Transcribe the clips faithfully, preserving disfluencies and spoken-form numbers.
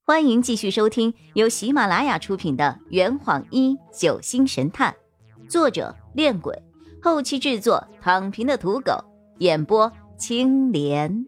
欢迎继续收听由喜马拉雅出品的《圆谎一九星神探》，作者恋鬼，后期制作躺平的土狗，演播青莲。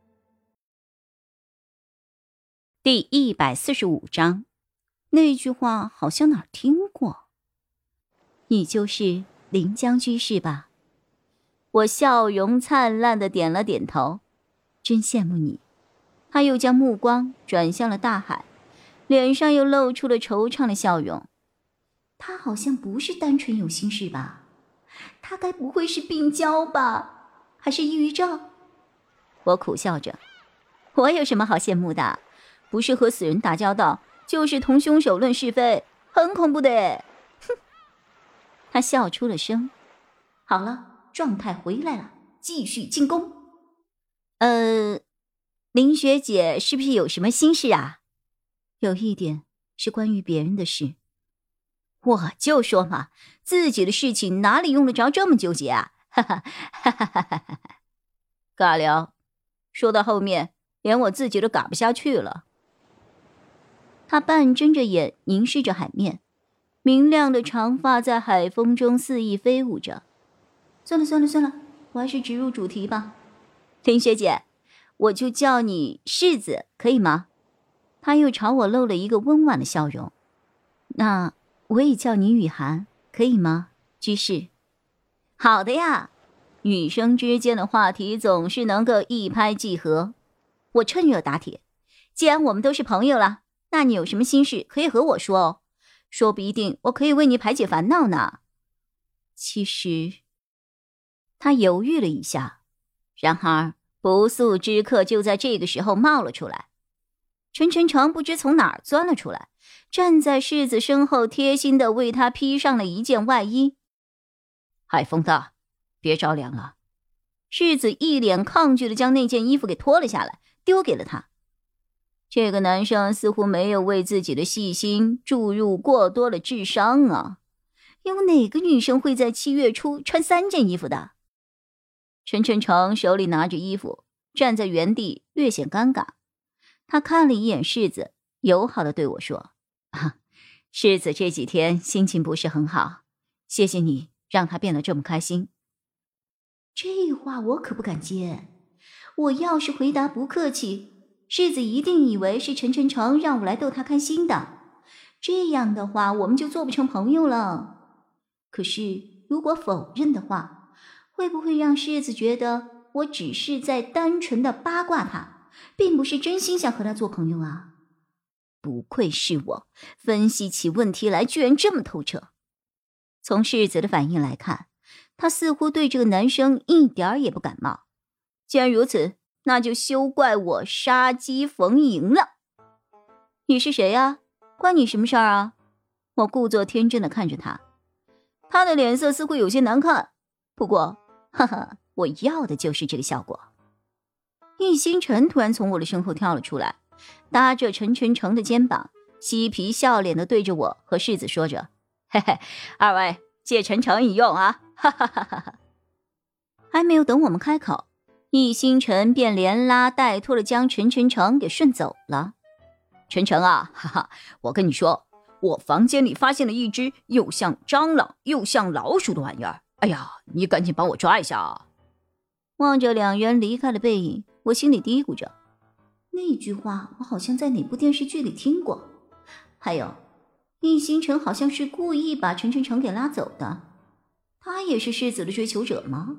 第一百四十五章，那句话好像哪儿听过。你就是临江居士吧？我笑容灿烂地点了点头，真羡慕你。他又将目光转向了大海，脸上又露出了惆怅的笑容。他好像不是单纯有心事吧？他该不会是病娇吧？还是抑郁症？我苦笑着，我有什么好羡慕的？不是和死人打交道，就是同凶手论是非，很恐怖的。哼！他笑出了声。好了，状态回来了，继续进攻。呃。林学姐是不是有什么心事啊？有一点是关于别人的事。我就说嘛，自己的事情哪里用得着这么纠结啊？哈哈哈哈哈哈！尬聊，说到后面连我自己都尬不下去了。他半睁着眼凝视着海面，明亮的长发在海风中肆意飞舞着。算了算了算了，我还是直入主题吧。林学姐，我就叫你世子，可以吗？他又朝我露了一个温婉的笑容。那我也叫你雨涵，可以吗，居士？好的呀，女生之间的话题总是能够一拍即合。我趁热打铁，既然我们都是朋友了，那你有什么心事可以和我说哦，说不一定我可以为你排解烦恼呢。其实，他犹豫了一下，然而不速之客就在这个时候冒了出来。陈晨成不知从哪儿钻了出来，站在世子身后，贴心地为他披上了一件外衣。海风大，别着凉了。世子一脸抗拒地将那件衣服给脱了下来，丢给了他。这个男生似乎没有为自己的细心注入过多的智商啊！有哪个女生会在七月初穿三件衣服的？陈晨成手里拿着衣服，站在原地略显尴尬。他看了一眼世子，友好地对我说：啊，世子这几天心情不是很好，谢谢你让他变得这么开心。这话我可不敢接，我要是回答不客气，世子一定以为是陈晨成让我来逗他开心的，这样的话我们就做不成朋友了。可是如果否认的话，会不会让世子觉得我只是在单纯的八卦他，并不是真心想和他做朋友啊？不愧是我，分析起问题来居然这么透彻。从世子的反应来看，他似乎对这个男生一点也不感冒。既然如此，那就休怪我杀鸡逢迎了。你是谁呀？关你什么事儿啊？我故作天真的看着他，他的脸色似乎有些难看，不过哈哈，我要的就是这个效果。易星辰突然从我的身后跳了出来，搭着陈晨成的肩膀，嬉皮笑脸地对着我和世子说着：嘿嘿，二位借陈成一用啊！哈哈哈哈哈！还没有等我们开口，易星辰便连拉带拖地将陈晨成给顺走了。晨成啊，哈哈，我跟你说，我房间里发现了一只又像蟑螂又像老鼠的玩意儿。哎呀，你赶紧帮我抓一下啊！望着两人离开的背影，我心里嘀咕着，那句话我好像在哪部电视剧里听过。还有，易星辰好像是故意把陈晨成给拉走的，他也是世子的追求者吗？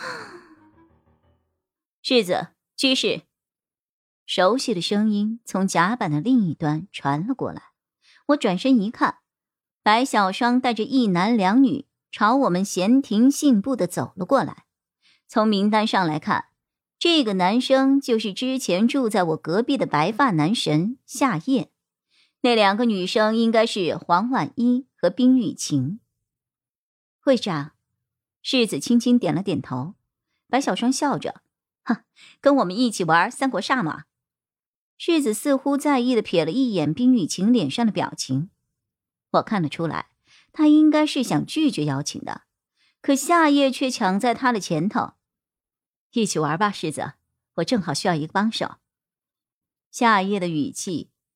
世子，居士。熟悉的声音从甲板的另一端传了过来，我转身一看，白小双带着一男两女朝我们闲庭信步地走了过来。从名单上来看，这个男生就是之前住在我隔壁的白发男神夏夜，那两个女生应该是黄婉一和冰雨晴。会长，世子轻轻点了点头。白小双笑着，哼，跟我们一起玩三国杀嘛。世子似乎在意地瞥了一眼冰雨晴脸上的表情，我看得出来，他应该是想拒绝邀请的，可夏夜却抢在他的前头。一起玩吧，世子，我正好需要一个帮手。夏夜的语气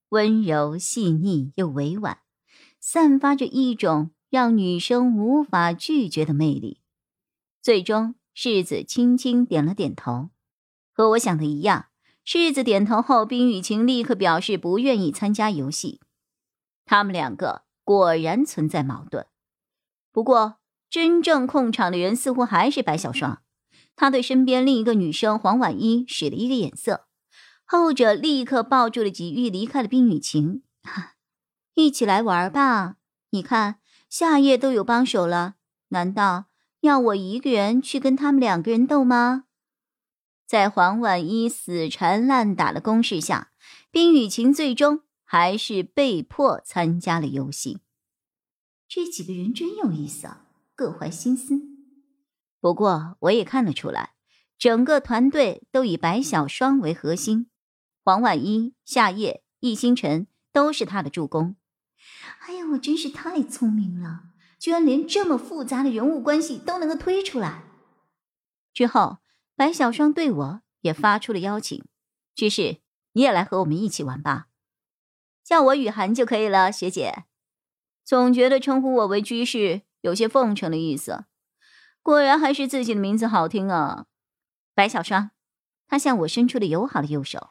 温柔细腻又委婉，散发着一种让女生无法拒绝的魅力。最终世子轻轻点了点头，和我想的一样，世子点头后，冰雨晴立刻表示不愿意参加游戏。他们两个果然存在矛盾。不过真正控场的人似乎还是白小双，他对身边另一个女生黄婉一使了一个眼色，后者立刻抱住了几玉离开了冰雨晴。一起来玩吧，你看夏夜都有帮手了，难道要我一个人去跟他们两个人斗吗？在黄婉一死缠烂打的攻势下，冰雨晴最终还是被迫参加了游戏。这几个人真有意思啊，各怀心思。不过我也看得出来，整个团队都以白小双为核心，黄婉一、夏夜、易星辰都是他的助攻。哎呀，我真是太聪明了，居然连这么复杂的人物关系都能够推出来。之后白小双对我也发出了邀请，居士，你也来和我们一起玩吧。叫我雨涵就可以了，学姐。总觉得称呼我为居士有些奉承的意思，果然还是自己的名字好听啊。白小双，他向我伸出了友好的右手。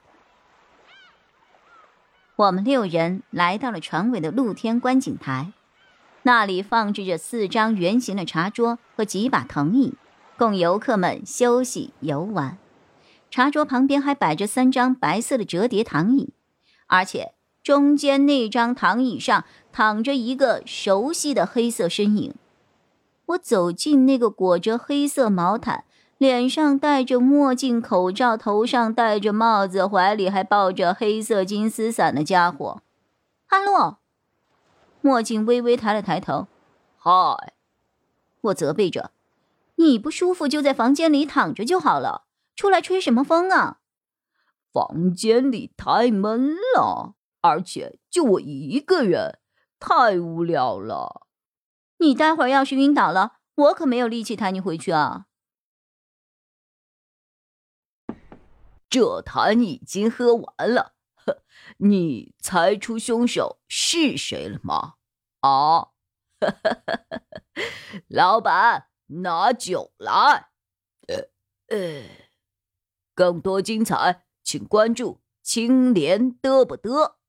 我们六人来到了船尾的露天观景台，那里放置着四张圆形的茶桌和几把藤椅，供游客们休息游玩。茶桌旁边还摆着三张白色的折叠躺椅，而且中间那张躺椅上躺着一个熟悉的黑色身影。我走进那个裹着黑色毛毯，脸上戴着墨镜口罩，头上戴着帽子，怀里还抱着黑色金丝伞的家伙。哈洛，墨镜微微抬了抬头。嗨，我责备着，你不舒服就在房间里躺着就好了，出来吹什么风啊？房间里太闷了，而且就我一个人，太无聊了。你待会儿要是晕倒了，我可没有力气抬你回去啊。这坛已经喝完了，呵，你猜出凶手是谁了吗？啊，老板，拿酒来。呃呃，更多精彩，请关注青莲嘚不嘚。